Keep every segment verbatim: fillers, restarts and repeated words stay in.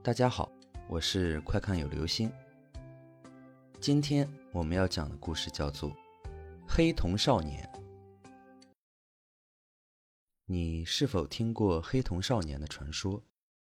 大家好，我是快看有流星。今天我们要讲的故事叫做《黑瞳少年》。你是否听过黑瞳少年的传说？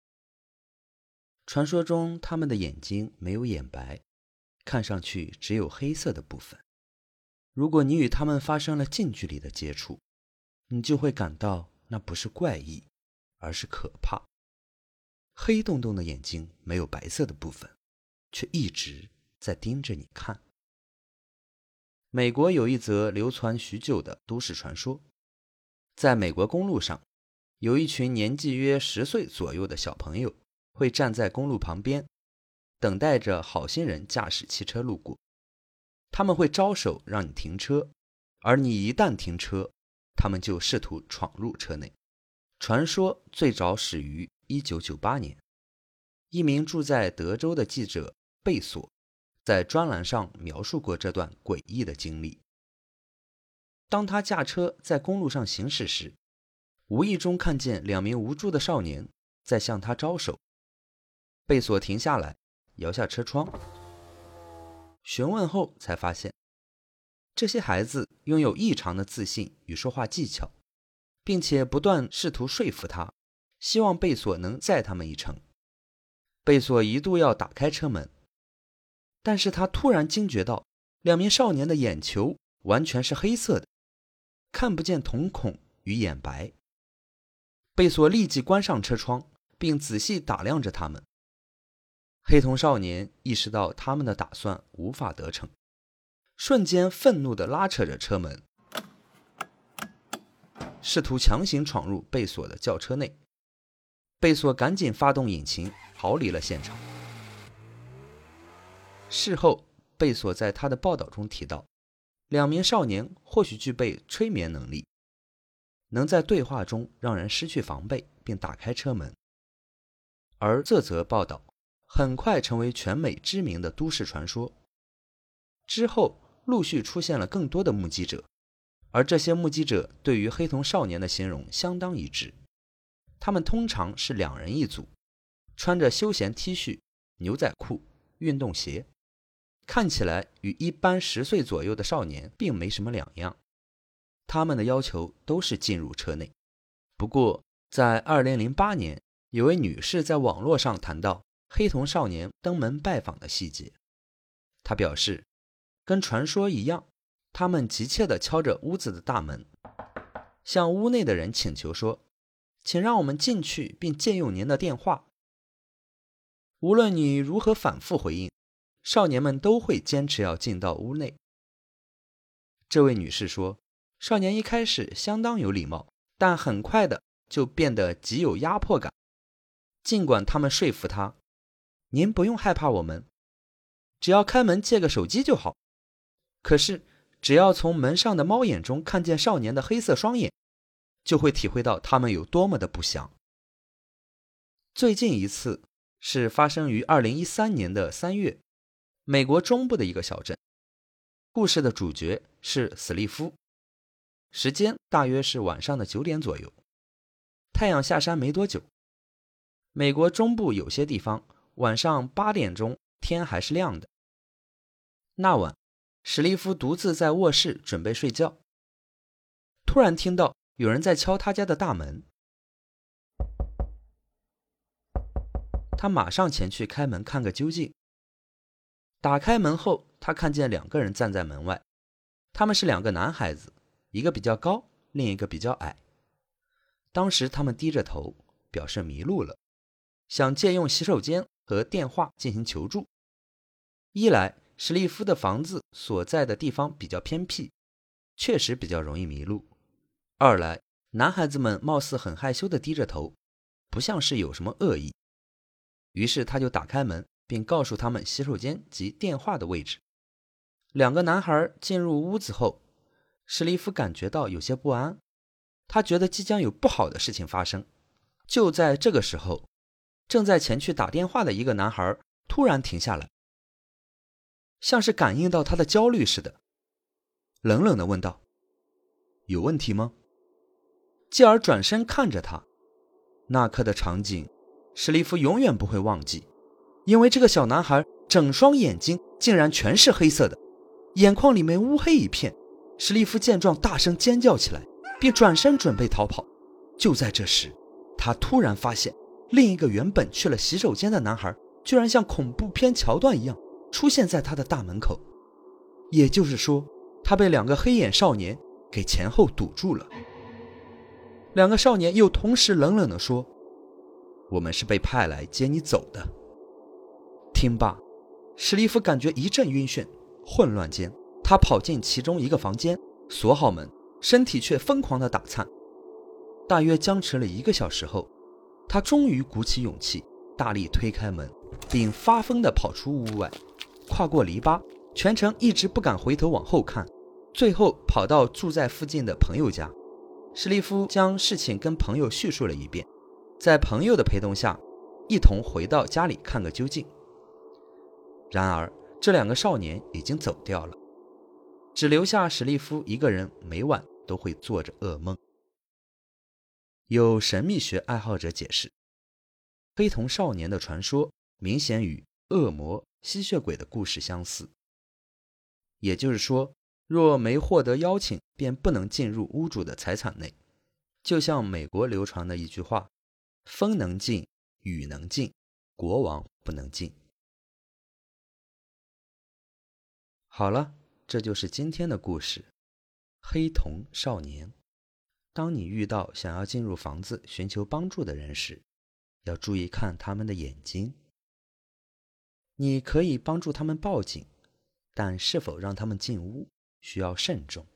传说中他们的眼睛没有眼白，看上去只有黑色的部分。如果你与他们发生了近距离的接触，你就会感到那不是怪异，而是可怕。黑洞洞的眼睛没有白色的部分，却一直在盯着你看。美国有一则流传许久的都市传说，在美国公路上，有一群年纪约十岁左右的小朋友会站在公路旁边，等待着好心人驾驶汽车路过。他们会招手让你停车，而你一旦停车，他们就试图闯入车内。传说最早始于一九九八年，一名住在德州的记者贝索在专栏上描述过这段诡异的经历。当他驾车在公路上行驶时，无意中看见两名无助的少年在向他招手。贝索停下来，摇下车窗，询问后才发现，这些孩子拥有异常的自信与说话技巧，并且不断试图说服他，希望贝索能载他们一程。贝索一度要打开车门，但是他突然惊觉到两名少年的眼球完全是黑色的，看不见瞳孔与眼白。贝索立即关上车窗，并仔细打量着他们。黑瞳少年意识到他们的打算无法得逞，瞬间愤怒地拉扯着车门，试图强行闯入贝索的轿车内。贝索赶紧发动引擎逃离了现场。事后，贝索在他的报道中提到，两名少年或许具备催眠能力，能在对话中让人失去防备并打开车门。而这则报道很快成为全美知名的都市传说。之后陆续出现了更多的目击者，而这些目击者对于黑瞳少年的形容相当一致。他们通常是两人一组，穿着休闲 T 恤、牛仔裤、运动鞋，看起来与一般十岁左右的少年并没什么两样。他们的要求都是进入车内。不过在二零零八年，有位女士在网络上谈到黑瞳少年登门拜访的细节。她表示，跟传说一样，他们急切地敲着屋子的大门，向屋内的人请求说，请让我们进去并借用您的电话。无论你如何反复回应，少年们都会坚持要进到屋内。这位女士说，少年一开始相当有礼貌，但很快的就变得极有压迫感。尽管他们说服他，您不用害怕我们，只要开门借个手机就好。可是只要从门上的猫眼中看见少年的黑色双眼，就会体会到他们有多么的不祥。最近一次是发生于二零一三年的三月，美国中部的一个小镇。故事的主角是史利夫，时间大约是晚上的九点左右，太阳下山没多久。美国中部有些地方晚上八点钟天还是亮的。那晚，史利夫独自在卧室准备睡觉，突然听到有人在敲他家的大门。他马上前去开门看个究竟。打开门后，他看见两个人站在门外，他们是两个男孩子，一个比较高，另一个比较矮。当时他们低着头，表示迷路了，想借用洗手间和电话进行求助。一来，史利夫的房子所在的地方比较偏僻，确实比较容易迷路；二来，男孩子们貌似很害羞地低着头，不像是有什么恶意。于是他就打开门，并告诉他们洗手间及电话的位置。两个男孩进入屋子后，史利夫感觉到有些不安，他觉得即将有不好的事情发生。就在这个时候，正在前去打电话的一个男孩突然停下来，像是感应到他的焦虑似的，冷冷地问道，有问题吗？继而转身看着他。那刻的场景史蒂夫永远不会忘记，因为这个小男孩整双眼睛竟然全是黑色的，眼眶里面乌黑一片。史蒂夫见状大声尖叫起来，并转身准备逃跑。就在这时，他突然发现另一个原本去了洗手间的男孩居然像恐怖片桥段一样出现在他的大门口，也就是说他被两个黑眼少年给前后堵住了。两个少年又同时冷冷地说，我们是被派来接你走的。听罢，史蒂夫感觉一阵晕眩，混乱间他跑进其中一个房间，锁好门，身体却疯狂地打颤。大约僵持了一个小时后，他终于鼓起勇气，大力推开门，并发疯地跑出屋外，跨过篱笆，全程一直不敢回头往后看，最后跑到住在附近的朋友家。史蒂夫将事情跟朋友叙述了一遍，在朋友的陪同下，一同回到家里看个究竟。然而这两个少年已经走掉了，只留下史蒂夫一个人，每晚都会做着噩梦。有神秘学爱好者解释，黑瞳少年的传说明显与恶魔、吸血鬼的故事相似，也就是说，若没获得邀请，便不能进入屋主的财产内。就像美国流传的一句话，风能进，雨能进，国王不能进。好了，这就是今天的故事，黑瞳少年。当你遇到想要进入房子寻求帮助的人时，要注意看他们的眼睛。你可以帮助他们报警，但是否让他们进屋，需要慎重。